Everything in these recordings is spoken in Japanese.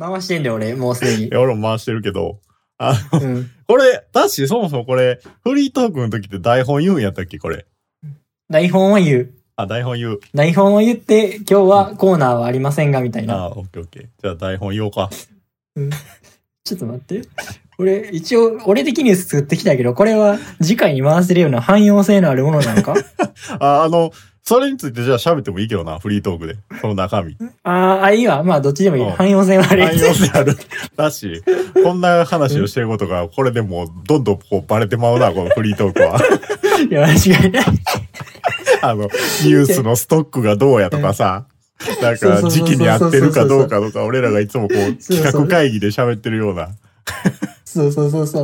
回してんだよ、俺、もうすでに。 いや、俺も回してるけど、 うん。 これ、だし、そもそもこれ、フリートークの時って台本言うんやったっけ、これ。 台本は言う。 台本言う。 台本を言って、今日はコーナーはありませんが、みたいな。 オッケーオッケー。じゃあ台本言おうか。 うん。ちょっと待って。一応、俺的に作ってきたけど、これは次回に回せるような汎用性のあるものなのかそれについてじゃあ喋ってもいいけどな、フリートークで。その中身。 いいわ。まあ、どっちでもいい。汎用性はある。 汎用性ある。だし、こんな話をしてることが、これでもう、どんどんこうバレてまうな、このフリートークは。 いや、間違いない。 ニュースのストックがどうやとかさ、なんか時期に合ってるかどうかとか、俺らがいつもこう、企画会議で喋ってるような。 そう。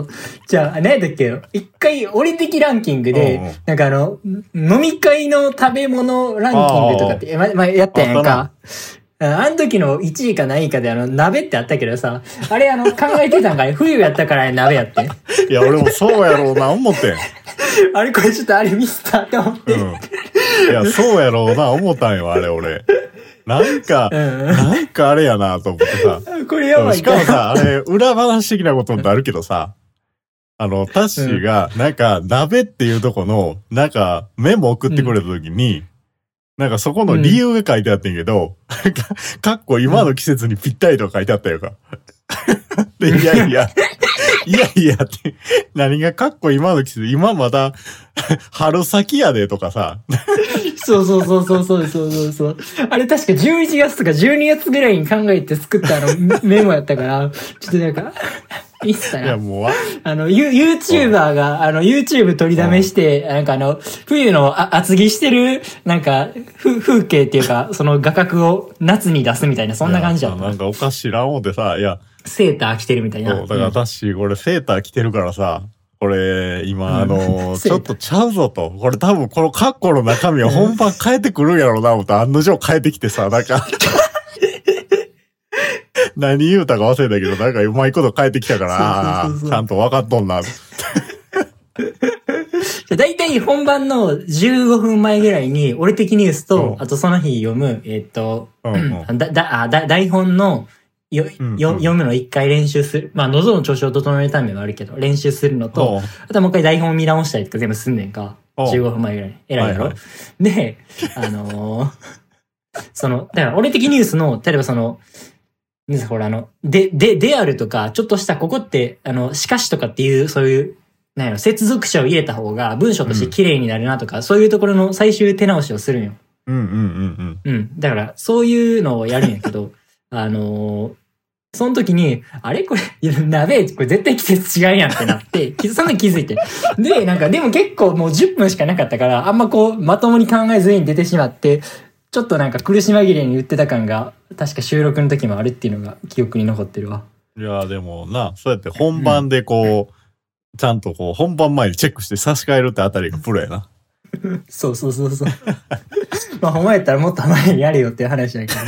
じゃあ、何だっけ、一回、俺的ランキングで、なんか飲み会の食べ物ランキングとかって、やったやんか。あの時の1位か何位かで鍋ってあったけどさ、あれ考えてたんかね、冬やったから鍋やって。 いや、俺もそうやろうな、思ってん。 あれこれちょっとあれミスったって思って。 いや、そうやろうな、思ったんよ、あれ俺。なんかあれやなと思ってさ。 これやばい。 しかもさ、あれ、裏話的なことになるけどさ、タッシーが、なんか、鍋っていうとこの、なんか、メモ送ってくれた時に、なんかそこの理由が書いてあってんけど、かっこ今の季節にぴったりとか書いてあったよか。で、いやって、何がかっこ今の季節、今まだ、春先やでとかさ。 そう。あれ確か11月とか12月ぐらいに考えて作ったメモやったから、ちょっとなんか、いいっすかね。 いやもう YouTuber が、YouTube 取りだめして、なんか冬の厚着してる、なんか、風景っていうか、その画角を夏に出すみたいな、そんな感じだった。 なんかおかしいな思ってさ、いや。 セーター着てるみたいな。 そう、だから私、これセーター着てるからさ、これ、今、ちょっとちゃうぞと。これ多分このカッコの中身は本番変えてくるんやろうな、思って案の定変えてきてさ、なんか、何言うたか忘れたけど、なんかうまいこと変えてきたから、ちゃんと分かっとんな。 だいたい本番の15分前ぐらいに、俺的ニュースと、あとその日読む、台本の、読むの一回練習する。まあ、喉の調子を整えるためはあるけど、練習するのと、あとはもう一回台本見直したりとか全部すんねんか。15分前ぐらいに。偉いやろ、はいはい、で、だから俺的ニュースの、例えばほらであるとか、ちょっとしたここって、しかしとかっていう、そういう、なんやろ、接続詞を入れた方が文章として綺麗になるなとか、そういうところの最終手直しをするんよ。だから、そういうのをやるんやけど、その時に、あれこれ、鍋、これ絶対季節違うやんってなって、そんな気づいて。で、でも結構もう10分しかなかったから、あんままともに考えずに出てしまって、ちょっと苦し紛れに言ってた感が、確か収録の時もあるっていうのが記憶に残ってるわ。いや、でもな、そうやって本番でちゃんと本番前にチェックして差し替えるってあたりがプロやな。 そう。まあ、ほんまやったらもっと前にやれよっていう話だけど。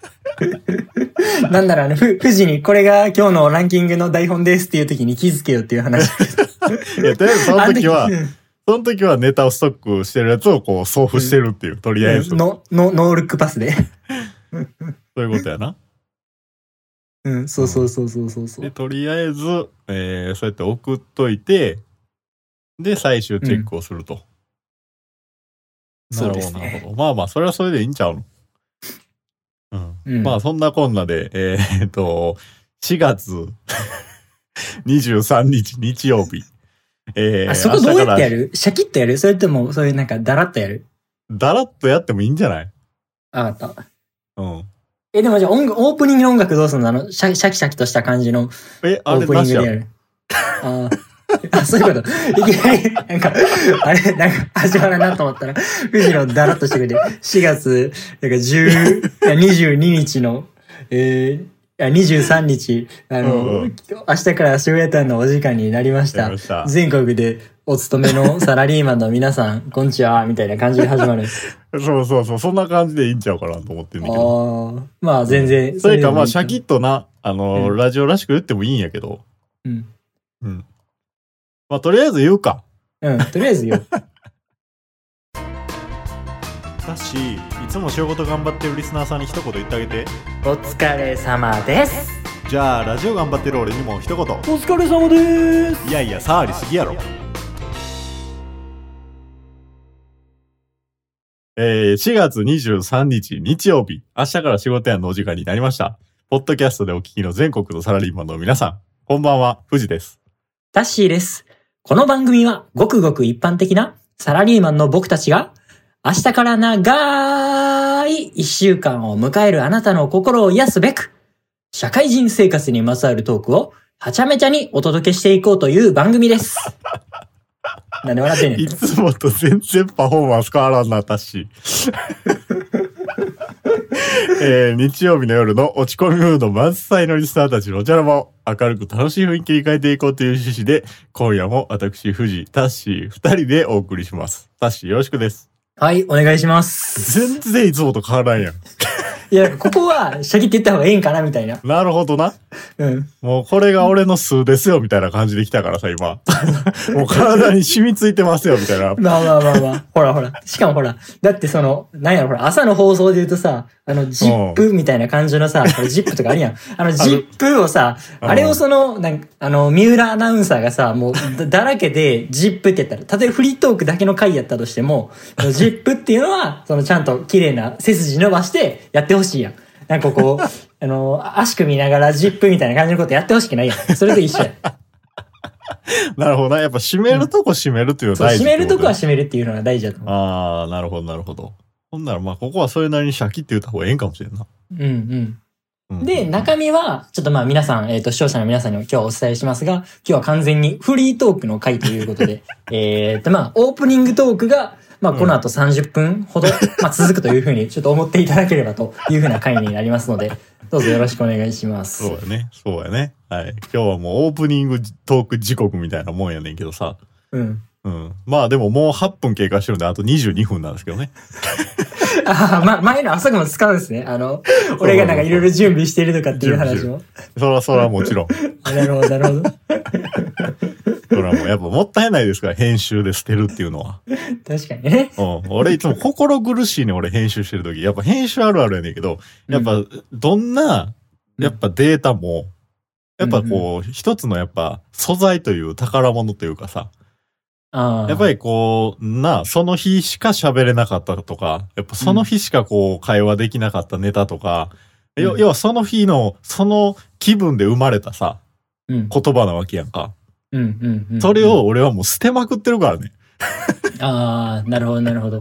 なんなら富士にこれが今日のランキングの台本ですっていう時に気づけよっていう話だけど。 いや、とりあえずその時はネタをストックしてるやつを送付してるっていう、とりあえず。 ノールックパスで。 そういうことやな。 そう。 で、とりあえず、そうやって送っといて、で、最終チェックをすると。なるほど、なるほど。まあまあ、それはそれでいいんちゃうの？まあ、そんなこんなで、4月23日日曜日。 そこどうやってやる？シャキッとやる？それとも、そういうダラッとやる？ ダラッとやってもいいんじゃない？ わかった。でもじゃあオープニングの音楽どうすんの？シャキシャキとした感じの。オープニングでやる。そういうこと。いきなり、始まらなと思ったら、富士のダラッとしてくれて、4月、22日の、23日、明日から渋谷タウンのお時間になりました。全国でお勤めのサラリーマンの皆さん、こんにちは、みたいな感じで始まる。 そう、そんな感じでいいんちゃうかなと思ってんだけど。 まあ全然。 それかまあシャキッとな、ラジオらしく言ってもいいんやけど。まあとりあえず言うか。 とりあえず言う。 だし、いつも仕事頑張ってるリスナーさんに一言言ってあげて。 お疲れ様です。 じゃあラジオ頑張ってる俺にも一言。 お疲れ様です。 いやいや触りすぎやろ。4月23日日曜日、明日から仕事やのお時間になりました。ポッドキャストでお聞きの全国のサラリーマンの皆さん、こんばんは、藤です。 タッシーです。この番組はごくごく一般的なサラリーマンの僕たちが明日から長い1週間を迎えるあなたの心を癒すべく社会人生活にまつわるトークをはちゃめちゃにお届けしていこうという番組です。なんで笑ってんねん。 いつもと全然パフォーマンス変わらんな、タッシー。日曜日の夜の落ち込みムード満載のリスナーたちのお茶の間を明るく楽しい雰囲気に変えていこうという趣旨で、今夜も私、藤、タッシー2人でお送りします。タッシーよろしくです。 はい、お願いします。 全然いつもと変わらんやん。 いや、ここは、シャキって言った方がええんかなみたいな。 なるほどな。 うん。 もうこれが俺の数ですよ、みたいな感じで来たからさ、今。もう体に染みついてますよ、みたいな。 まあ。ほら。しかもほら、だってその、なんやろ、ほら、朝の放送で言うとさ、ジップみたいな感じのさ、ジップとかあるやん。ジップをさ、あれをその、三浦アナウンサーがさ、もう、だらけで、ジップって言ったら、例えばフリートークだけの回やったとしても、ジップっていうのは、そのちゃんと綺麗な背筋伸ばしてやってほしいやん。なんかこう、足組みながらジップみたいな感じのことやってほしくないやん。それと一緒や。 なるほどな。やっぱ締めるとこ締めるっていうのが大事、 締めるとこは締めるっていうのが大事だと思う。 ああ、なるほど。ほんならまあ、ここはそれなりにシャキって言った方がええんかもしれんな。 で、中身は、ちょっとまあ皆さん、視聴者の皆さんにも今日お伝えしますが、今日は完全にフリートークの回ということで、まあ、オープニングトークが、まあ、この後30分ほど、まあ、続くというふうに、ちょっと思っていただければというふうな回になりますので、どうぞよろしくお願いします。 そうやね。はい。今日はもうオープニングトーク時刻みたいなもんやねんけどさ。まあでももう8分経過してるんで、あと22分なんですけどね。 前のあそこも使うんですね。俺がなんかいろいろ準備してるとかっていう話も。 そらもちろん。 なるほど。 それはもうやっぱもったいないですから、編集で捨てるっていうのは。 確かにね。 俺いつも心苦しいね、俺編集してるとき。やっぱ編集あるあるやねんけど、やっぱどんな、やっぱデータも、やっぱこう、一つのやっぱ素材という宝物というかさ、やっぱりこう、その日しか喋れなかったとか、やっぱその日しかこう会話できなかったネタとか、要はその日の、その気分で生まれたさ、言葉なわけやんか。それを俺はもう捨てまくってるからね。 なるほど。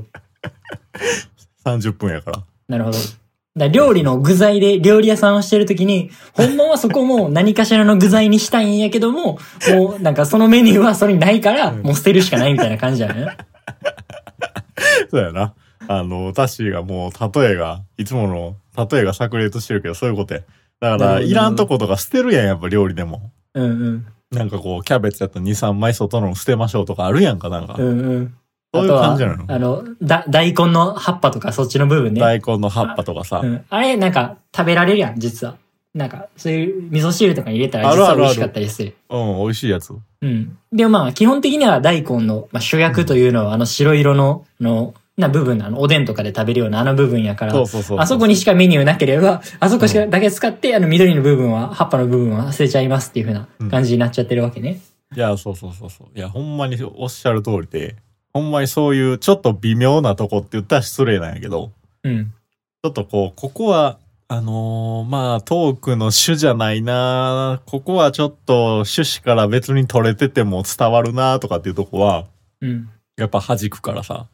30分やから。 なるほど。料理の具材で料理屋さんをしてるときに、ほんまはそこも何かしらの具材にしたいんやけども、もうなんかそのメニューはそれにないから、もう捨てるしかないみたいな感じだね。 そうやな。タッシーがもう例えが、いつもの例えが炸裂してるけど、そういうことや。だから、いらんとことか捨てるやん、やっぱ料理でも。なんかこう、キャベツやったら2、3枚外の捨てましょうとかあるやんか、なんか。そういう感じなの？ 大根の葉っぱとかそっちの部分ね。 大根の葉っぱとかさ。 あれ、なんか食べられるやん、実は。なんか、そういう味噌汁とかに入れたら実は美味しかったりする。 美味しいやつ。 でもまあ、基本的には大根の、主役というのは白色の、部分のおでんとかで食べるような部分やから、あそこにしかメニューなければ、あそこだけ使って、緑の部分は、葉っぱの部分は捨てちゃいますっていう風な感じになっちゃってるわけね。 いや、そう。いや、ほんまにおっしゃる通りで、ほんまにそういうちょっと微妙なとこって言ったら失礼なんやけど、ちょっとここは、まあ、トークの主じゃないな、ここはちょっと趣旨から別に取れてても伝わるなとかっていうとこは、やっぱ弾くからさ。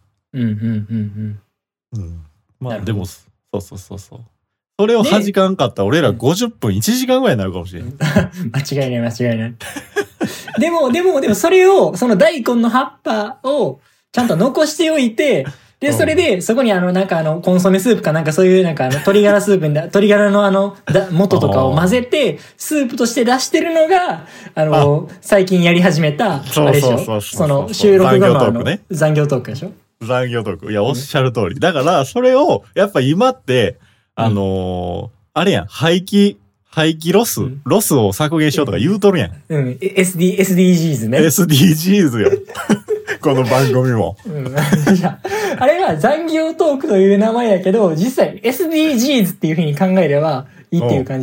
まあ、でも、そう。それを弾かんかったら俺ら50分1時間ぐらいになるかもしれん。 間違いない。でもそれを、その大根の葉っぱをちゃんと残しておいて、で、それで、そこにコンソメスープかなんかそういう鶏ガラスープに、鶏ガラの元とかを混ぜて、スープとして出してるのが、最近やり始めた、あれでしょ？その収録後の残業トークでしょ？ 残業トーク。いや、おっしゃる通り。だから、それを、やっぱ今って、あれやん、廃棄ロスを削減しようとか言うとるやん。 SDGs ね。 SDGs よ。この番組も。 あれは残業トークという名前やけど、実際 SDGs っていう風に考えればいいっていう感じやね。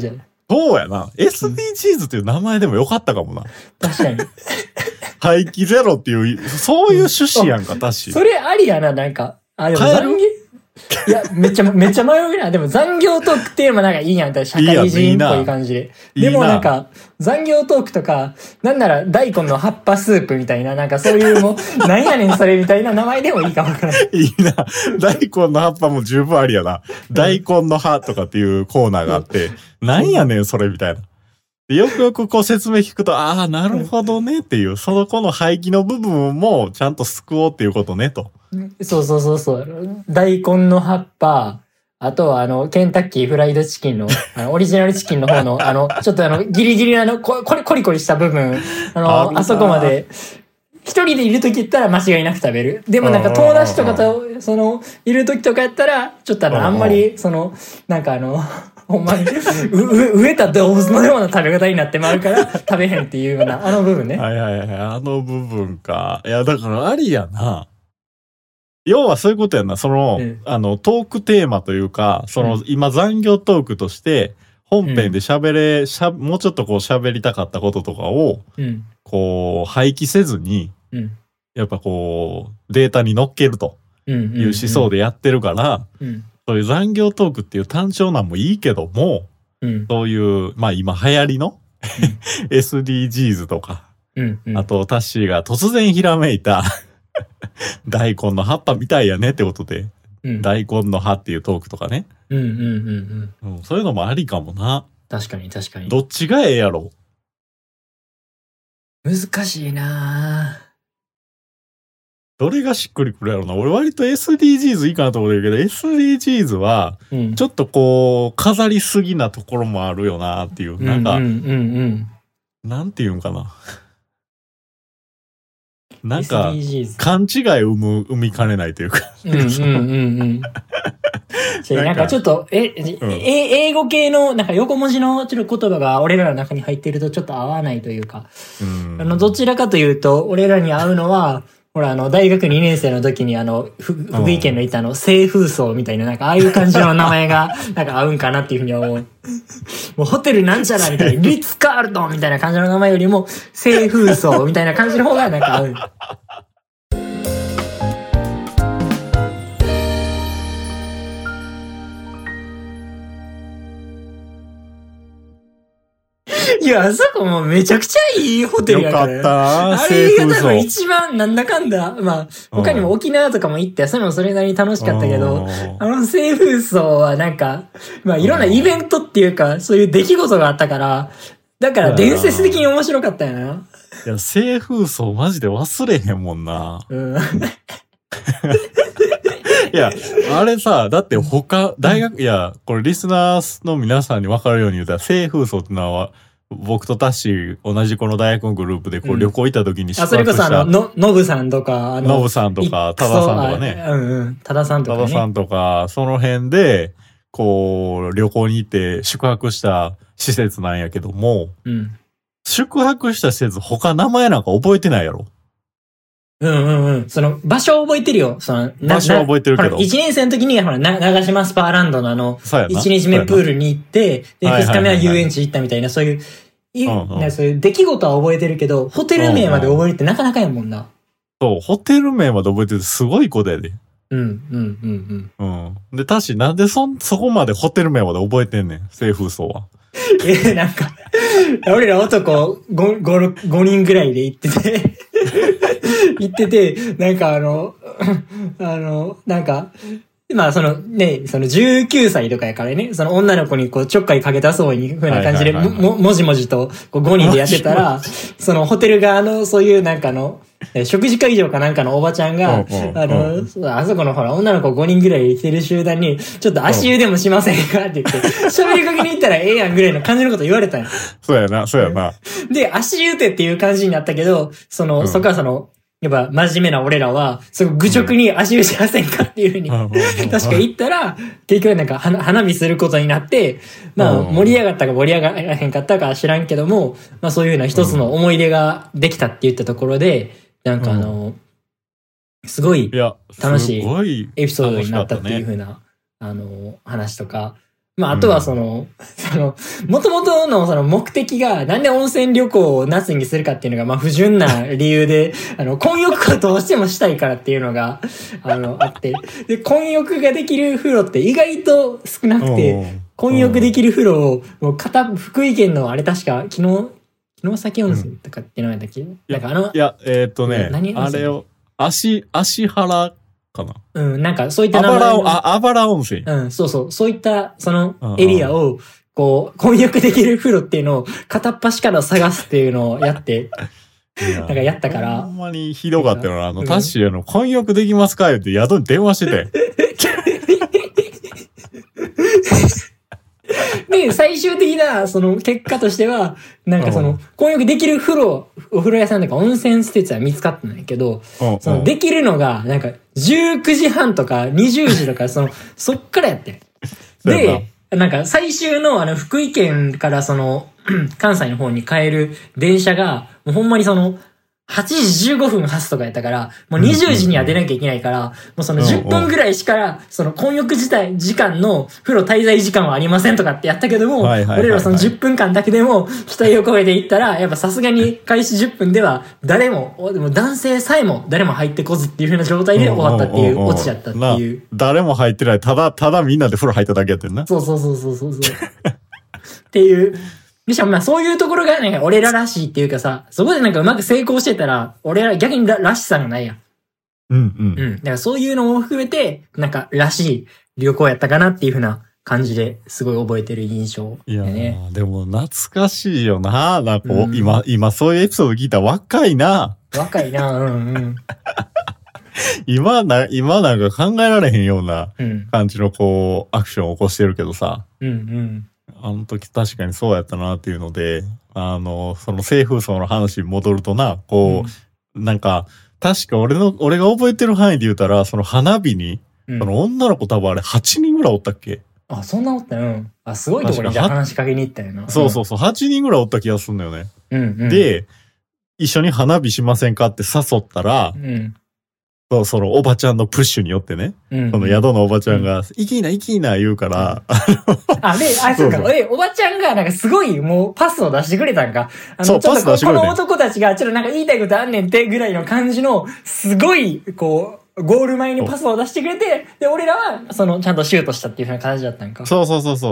そうやな。SDGs っていう名前でもよかったかもな。 確かに。 廃棄ゼロっていう、そういう趣旨やんか、確かに。 それありやな、なんか。あ、でも残業いや、めっちゃ迷うな。でも残業トークテーマなんかいいやん。社会人っぽい感じで。でもなんか、残業トークとか、なんなら大根の葉っぱスープみたいな、なんかそういうもう、なんやねんそれみたいな名前でもいいかもわからない。 いいな。大根の葉っぱも十分ありやな。大根の葉とかっていうコーナーがあって、なんやねんそれみたいな。よくよくこう説明聞くと、ああ、なるほどねっていう、その子の廃棄の部分もちゃんと救おうっていうことねと。 そう。大根の葉っぱ、あとはケンタッキーフライドチキンの、オリジナルチキンの方の、ちょっとギリギリコリコリした部分、あそこまで、一人でいるとき言ったら間違いなく食べる。でもなんか友達とかと、いるときとかやったら、ちょっとあんまり、なんかほんまに、飢えた動物のような食べ方になってまうから、食べへんっていうような、あの部分ね。 はい、あの部分か。いや、だからありやな。要はそういうことやな。トークテーマというか、今残業トークとして、本編でもうちょっとこう喋りたかったこととかを、こう、廃棄せずに、やっぱこう、データに乗っけるという思想でやってるから、そういう残業トークっていう単調なんもいいけども、そういう、まあ今流行りの、SDGs とか、あとタッシーが突然ひらめいた、大根の葉っぱみたいやねってことで、大根の葉っていうトークとかね。そういうのもありかもな。 確かに。 どっちがええやろ。 難しいなぁ。 どれがしっくりくるやろな。俺割と SDGs いいかなと思うけど、SDGs は、ちょっとこう、飾りすぎなところもあるよなっていう。なんか、なんていうんかな。なんか、勘違い生みかねないというか。 なんかちょっと、英語系の、なんか横文字のちょっと言葉が俺らの中に入ってるとちょっと合わないというか。どちらかというと、俺らに合うのは、ほら、大学2年生の時に福井県のいた西風荘みたいな、なんかああいう感じの名前が、なんか合うんかなっていうふうに思う。もうホテルなんちゃらみたいな、リッツ・カールトンみたいな感じの名前よりも、西風荘みたいな感じの方がなんか合う。いや、あそこもめちゃくちゃいいホテルやから。 よかった。 あれが多分一番なんだかんだ。まあ、他にも沖縄とかも行って、それもそれなりに楽しかったけど、西風荘はなんか、まあいろんなイベントっていうか、そういう出来事があったから、だから伝説的に面白かったよな。 いや、西風荘マジで忘れへんもんな。いや、あれさ、だって大学、いや、これリスナーの皆さんに分かるように言うたら、西風荘ってのは、僕とタッシー、同じこの大学のグループでこう旅行行った時に宿泊した。それこそノブさんとか、 ノブさんとか、タダさんとかね。 タダさんとかね。 タダさんとか、その辺で、こう、旅行に行って宿泊した施設なんやけども、宿泊した施設他名前なんか覚えてないやろ。 その場所覚えてるよ。 場所覚えてるけど。 1年生の時に、長島スパーランドの1日目プールに行って、で、2日目は遊園地行ったみたいな、そういう、そういう出来事は覚えてるけど、ホテル名まで覚えるってなかなかやもんな。 そう、ホテル名まで覚えてるすごい子だよね。で、たし、なんでそこまでホテル名まで覚えてんねん、西風荘は。 なんか、俺ら男5人ぐらいで行ってて、なんかなんか、まあその19歳とかやからね、その女の子にこうちょっかいかけたそうに風な感じで、もじもじとこう5人でやってたら、そのホテル側のそういうなんか食事会場かなんかのおばちゃんが、あそこのほら、女の子5人ぐらい来てる集団に、ちょっと足湯でもしませんかって言って、喋りかけに行ったらええやんぐらいの感じのこと言われたんや。 そうやな。 で、足湯てっていう感じになったけど、そこはやっぱ真面目な俺らは、愚直に足湯しませんかっていうふうに、確か言ったら、結局なんか花火することになって、まあ盛り上がったか盛り上がらへんかったかは知らんけども、まあそういうような一つの思い出ができたって言ったところで、なんかすごい楽しいエピソードになったっていうふうな、話とか、 まあ、あとは元々のその目的が、なんで温泉旅行を夏にするかっていうのが、まあ、不純な理由で、混浴をどうしてもしたいからっていうのが、あって。で、混浴ができる風呂って意外と少なくて、混浴できる風呂を、もう福井県のあれ確か、城崎温泉とかっていうのなんだっけ、なんかいや、あれを、足原かな。 うん、なんかそういった名前の。 あばら温泉。 うん、そうそう。そういった、そのエリアを、こう、混浴できる風呂っていうのを片っ端から探すっていうのをやって、なんかやったから。 ほんまにひどかったよな。タッシー混浴できますかって宿に電話してて。 で、最終的な、その結果としては、なんか混浴できるお風呂屋さんとか温泉施設は見つかったんだけど、できるのが、なんか、19時半とか20時とか、そっからやって。で、なんか最終の福井県から関西の方に帰る電車が、もうほんまに8時15分発とかやったから、もう20時には出なきゃいけないから、もう10分ぐらいしか、混浴時間の風呂滞在時間はありませんとかってやったけども、俺ら10分間だけでも期待を超えていったら、やっぱさすがに開始10分では誰も、でも男性さえも誰も入ってこずっていう風な状態で終わったっていう、落ちちゃったっていう。 誰も入ってない。ただみんなで風呂入っただけやってんな。 そう。っていう。しかもまあそういうところがなんか俺ららしいっていうかさ、そこでなんかうまく成功してたら、俺ら逆にらしさがないやん。だからそういうのも含めて、なんからしい旅行やったかなっていう風な感じですごい覚えてる印象でね。 いやでも懐かしいよな。なんか今そういうエピソード聞いたら若いな。 若いな、 今なんか考えられへんような感じのこう、アクションを起こしてるけどさ。あの時確かにそうやったなっていうので、その性風葬の話に戻るとな、こう、なんか、確か俺が覚えてる範囲で言うたら、その花火に、女の子多分あれ8人ぐらいおったっけ？ あ、そんなおったよ。あ、すごいところにじゃあ話しかけに行ったよな。 そう、8人ぐらいおった気がするんだよね。で、一緒に花火しませんかって誘ったら、そのおばちゃんのプッシュによってね、その宿のおばちゃんが、いきな言うから、 そうか。おばちゃんがなんかすごいもうパスを出してくれたんか。 そう、パス出してくれた。 この男たちがちょっとなんか言いたいことあんねんってぐらいの感じの、すごい、こう、ゴール前にパスを出してくれて、で、俺らは、ちゃんとシュートしたっていう風な感じだったんか。 そう。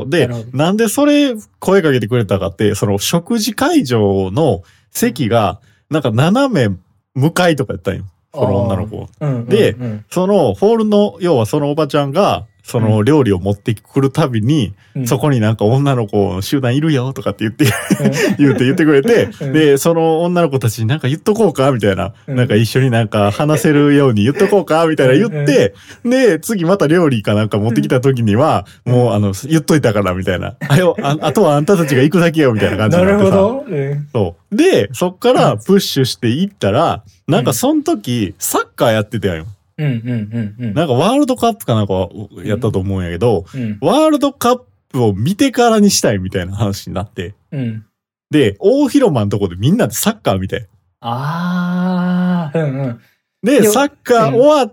で、なんでそれ声かけてくれたかって、その食事会場の席が、なんか斜め向かいとかやったんよ。その女の子。で、そのホールの、要はそのおばちゃんが、その料理を持ってくるたびに、そこになんか女の子集団いるよとかって言って言ってくれて、で、その女の子たちになんか言っとこうかみたいな、なんか一緒になんか話せるように言っとこうかみたいな言って、で、次また料理かなんか持ってきた時には、もう言っといたからみたいな。あとはあんたたちが行くだけよみたいな感じになってさ。なるほど。そう。で、そっからプッシュしていったら、なんかその時、サッカーやってたよ。なんかワールドカップかなんかやったと思うんやけど、ワールドカップを見てからにしたいみたいな話になって。で、大広間のとこでみんなでサッカー見て。で、サッカー終わって、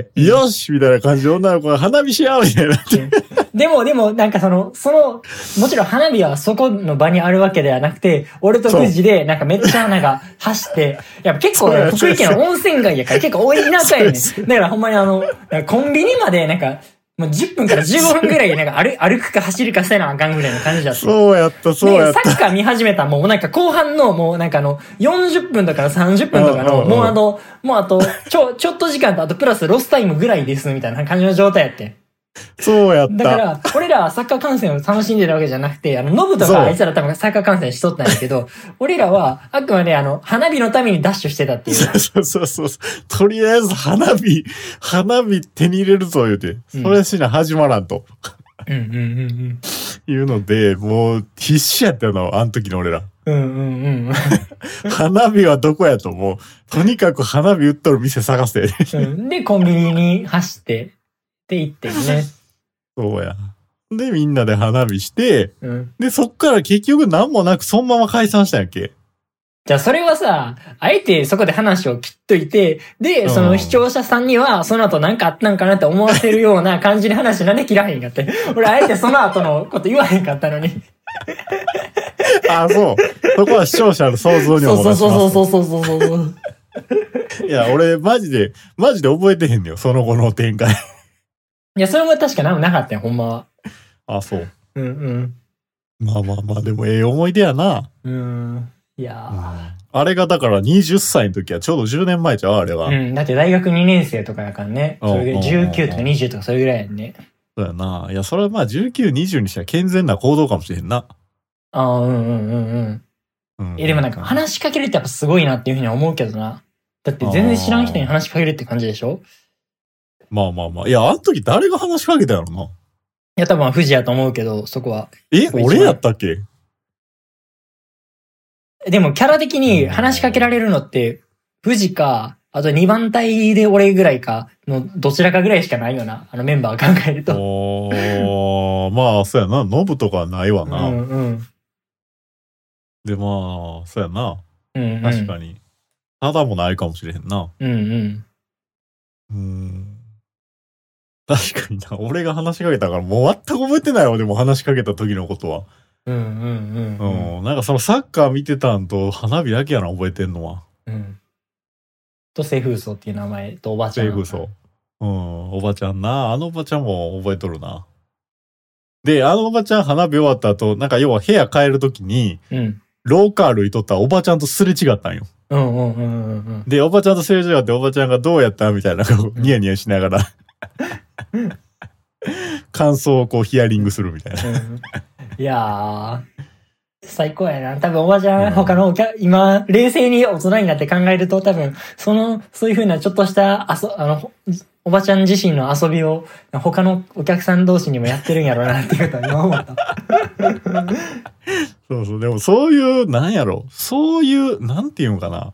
よしみたいな感じで女の子が花火しようみたいになって。 でも、なんかもちろん花火はそこの場にあるわけではなくて、俺と富士で、なんかめっちゃなんか走って、やっぱ結構福井県は温泉街やから結構多い田舎やねん。だからほんまにコンビニまでなんか、もう10分から15分ぐらいでなんか歩くか走るかせなあかんぐらいの感じだった。 そうやった。 サッカー見始めたらもうなんか後半のもうなんか40分とか30分とかの、もうあと、ちょっと時間とあとプラスロスタイムぐらいですみたいな感じの状態やって。 そうやった。 だから、俺らはサッカー観戦を楽しんでるわけじゃなくて、ノブとかあいつら多分サッカー観戦しとったんやけど、俺らはあくまで花火のためにダッシュしてたっていう。 そう。とりあえず花火手に入れるぞ言うて、それしな始まらんと。いうので、もう必死やったよな、あの時の俺ら。花火はどこやと思う。とにかく花火売っとる店探せ。 で、コンビニに走って、って言ってるね。 そうや。で、みんなで花火して、で、そっから結局何もなくそのまま解散したんやっけ？ じゃあそれはさ、あえてそこで話を切っといて、で、その視聴者さんには、その後なんかあったんかなって思わせるような感じの話なんで切らへんかって。俺あえてその後のこと言わへんかったのに。 あ、そう。そこは視聴者の想像にお任せします。 そう。 いや、俺マジで覚えてへんのよ。その後の展開。 いや、それも確かなかったよ、ほんまは。 あ、そう。 うん。 まあ、でも思い出やな。 いやあれがだから20歳の時はちょうど10年前じゃん、あれは。 だって大学2年生とかやからね。それぐらい19とか20とかそれぐらいやんね。 そうやな。いや、それはまあ19、20にしては健全な行動かもしれへんな。 でもなんか話しかけるってやっぱすごいなっていうふうには思うけどな。だって全然知らん人に話しかけるって感じでしょ？ まあ。いや、あの時誰が話しかけたやろな。 いや、多分富士やと思うけど、そこは。 俺やったっけ？ でもキャラ的に話しかけられるのって、富士か、あと2番隊で俺ぐらいかのどちらかぐらいしかないよな。メンバー考えると。 まあ、そうやな。ノブとかはないわな。で、まあ、そうやな。確かに。ただもないかもしれへんな。確かにな。俺が話しかけたからもう全く覚えてないわ。でも話しかけた時のことは。なんかそのサッカー見てたんと花火だけやな、覚えてんのは。 と、セフーソっていう名前とおばちゃん。 セフーソ。おばちゃんな。あのおばちゃんも覚えとるな。で、あのおばちゃん花火終わった後、なんか要は部屋帰るときに、廊下歩いとったおばちゃんとすれ違ったんよ。で、おばちゃんとすれ違っておばちゃんがどうやったみたいな、ニヤニヤしながら、感想をこうヒアリングするみたいな。 いやー、最高やな。多分おばちゃん、他の今、冷静に大人になって考えると多分、そういう風なちょっとしたおばちゃん自身の遊びを他のお客さん同士にもやってるんやろうなっていうことは今思った。 そう。でもそういう、なんやろ。そういう、なんていうのかな。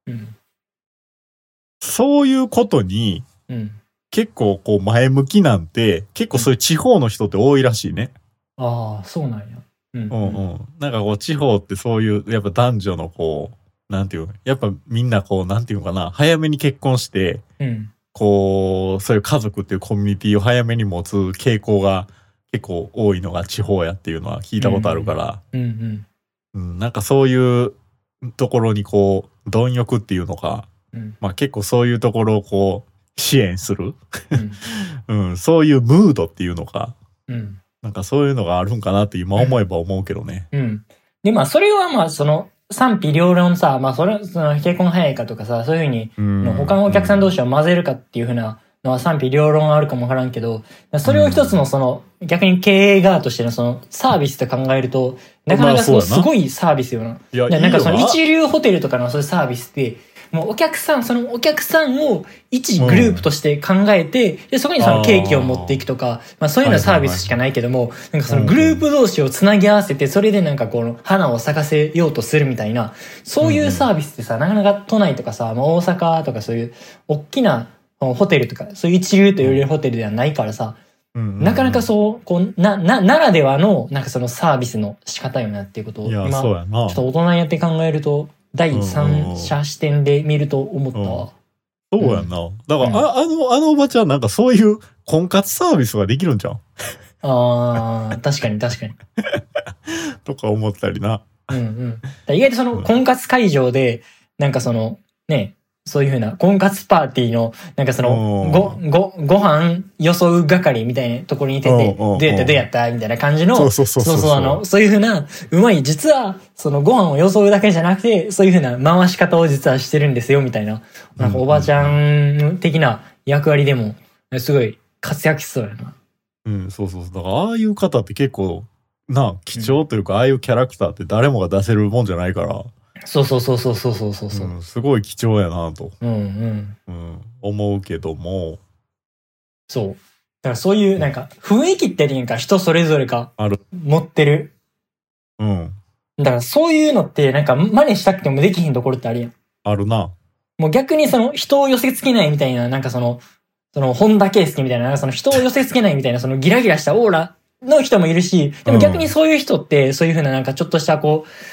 そういうことに、結構こう前向きなんて、結構そういう地方の人って多いらしいね。 ああ、そうなんや。 なんかこう地方ってそういう、やっぱ男女のこう、なんていうの、やっぱみんなこう、なんていうのかな、早めに結婚して、こう、そういう家族っていうコミュニティを早めに持つ傾向が結構多いのが地方やっていうのは聞いたことあるから、なんかそういうところにこう、貪欲っていうのか、まあ結構そういうところをこう、支援する、そういうムードっていうのか、なんかそういうのがあるんかなって今思えば思うけどね。 で、まあそれはまあ賛否両論さ、まあ結婚早いかとかさ、そういうふうに、他のお客さん同士を混ぜるかっていうふうなのは賛否両論あるかもわからんけど、それを一つの逆に経営側としてのサービスと考えると、なかなかすごいサービスよな。なんか一流ホテルとかのそういうサービスって、もうお客さんを一グループとして考えて、で、そこにケーキを持っていくとか、まあそういうのはサービスしかないけども、なんかグループ同士をつなぎ合わせて、それでなんかこの花を咲かせようとするみたいな、そういうサービスってさ、なかなか都内とかさ、まあ大阪とかそういう大きなホテルとか、そういう一流と言われるホテルではないからさ、なかなかならではの、なんかサービスの仕方よなっていうことを、今、ちょっと大人にやって考えると、第三者視点で見ると思ったわ。 そうやんな。だから、あのおばちゃんなんかそういう婚活サービスができるんじゃん。 ああ、確かに。 とか思ったりな。 意外と婚活会場で、なんかね、そういう風な婚活パーティーの、なんかご飯よそう係みたいなところにいてて、どうやったみたいな感じの、そういう風な、実は、ご飯をよそうだけじゃなくて、そういう風な回し方を実はしてるんですよ、みたいな。なんかおばちゃん的な役割でも、すごい活躍しそうやな。 そう。だから、ああいう方って結構、貴重というか、ああいうキャラクターって誰もが出せるもんじゃないから、 そう。 すごい貴重やなと。思うけども。 そう。だからそういうなんか雰囲気ってなんか人それぞれが持ってる。だからそういうのってなんか真似したくてもできひんところってあるやん。 あるな。 もう逆に人を寄せ付けないみたいな、なんか本田圭佑みたいな、人を寄せ付けないみたいなギラギラしたオーラの人もいるし、でも逆にそういう人ってそういう風ななんかちょっとした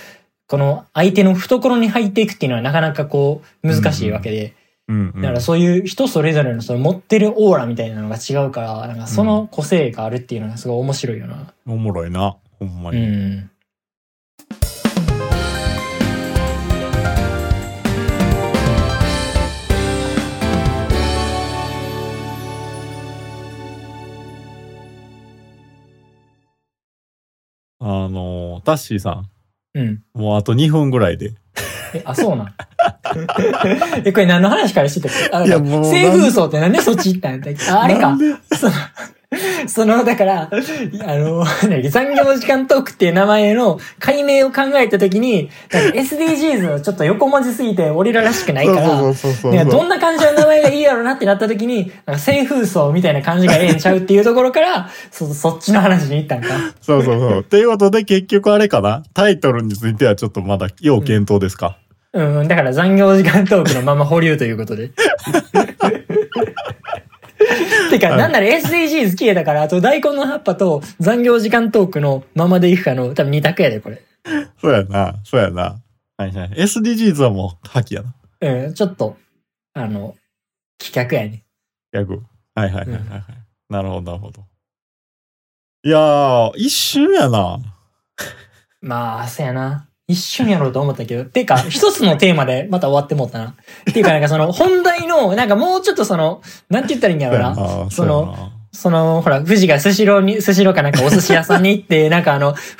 この相手の懐に入っていくっていうのはなかなかこう難しいわけで、だからそういう人それぞれのその持ってるオーラみたいなのが違うから、なんかその個性があるっていうのがすごい面白いよな。 おもろいな、ほんまに。タッシーさん。もうあと2分ぐらいで。 そうなん。これ何の話からしてたっけ？いや、もう。性風葬ってなんでそっち行ったんだっけ？あれか。だから、残業時間トークっていう名前の解明を考えたときに、SDGs のちょっと横文字すぎて俺ららしくないから、どんな感じの名前がいいやろなってなったときに、性風葬みたいな感じがええんちゃうっていうところから、そっちの話に行ったんか。 そう。っていうことで結局あれかな？タイトルについてはちょっとまだ要検討ですか？ だから残業時間トークのまま保留ということで。てか、なんなら SDGs 消えたから、あと大根の葉っぱと残業時間トークのままでいくかの、多分2択やで、これ。 そうやな。はいはい。SDGs はもう破棄やな。ちょっと、棄却やね。 逆。はい。なるほど。いやー、一瞬やな。 まあ、そうやな。一瞬やろうと思ったけど。てか、一つのテーマでまた終わってもったな。っていうか、なんか本題の、なんかもうちょっっとなんて言ったらいいんやろな。ほら、富士がスシローかなんかお寿司屋さんに行って、なんか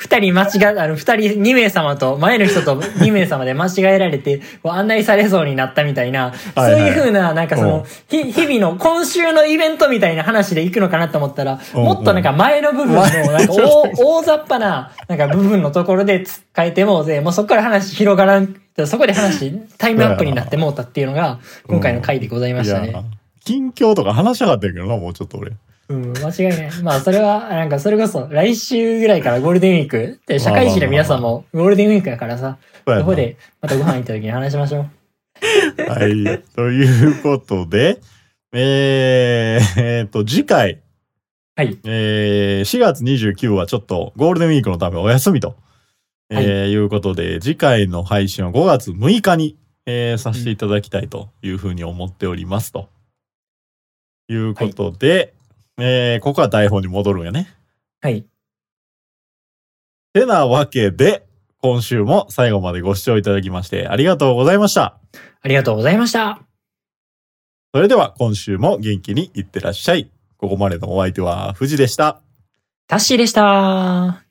2名様と、前の人と2名様で間違えられて、案内されそうになったみたいな、そういう風な、なんか日々の今週のイベントみたいな話で行くのかなと思ったら、もっとなんか前の部分の、なんか大雑把な、なんか部分のところで変えてもうぜ、もうそこから話広がらん、そこでタイムアップになってもうたっていうのが、今回の回でございましたね。 近況とか話したかったけどな、もうちょっと俺。 間違いない。まあ、それは、なんか、それこそ、来週ぐらいからゴールデンウィークで、社会人の皆さんもゴールデンウィークやからさ、そこで、またご飯行った時に話しましょう。 はい。ということで、次回。 はい。 4月29はちょっとゴールデンウィークのためお休みと、いうことで、次回の配信は5月6日に、させていただきたいというふうに思っておりますと。いうことで、ここは台本に戻るんやね。 はい。 てなわけで、今週も最後までご視聴いただきましてありがとうございました。 ありがとうございました。 それでは今週も元気にいってらっしゃい。ここまでのお相手は藤でした。 タッシーでした。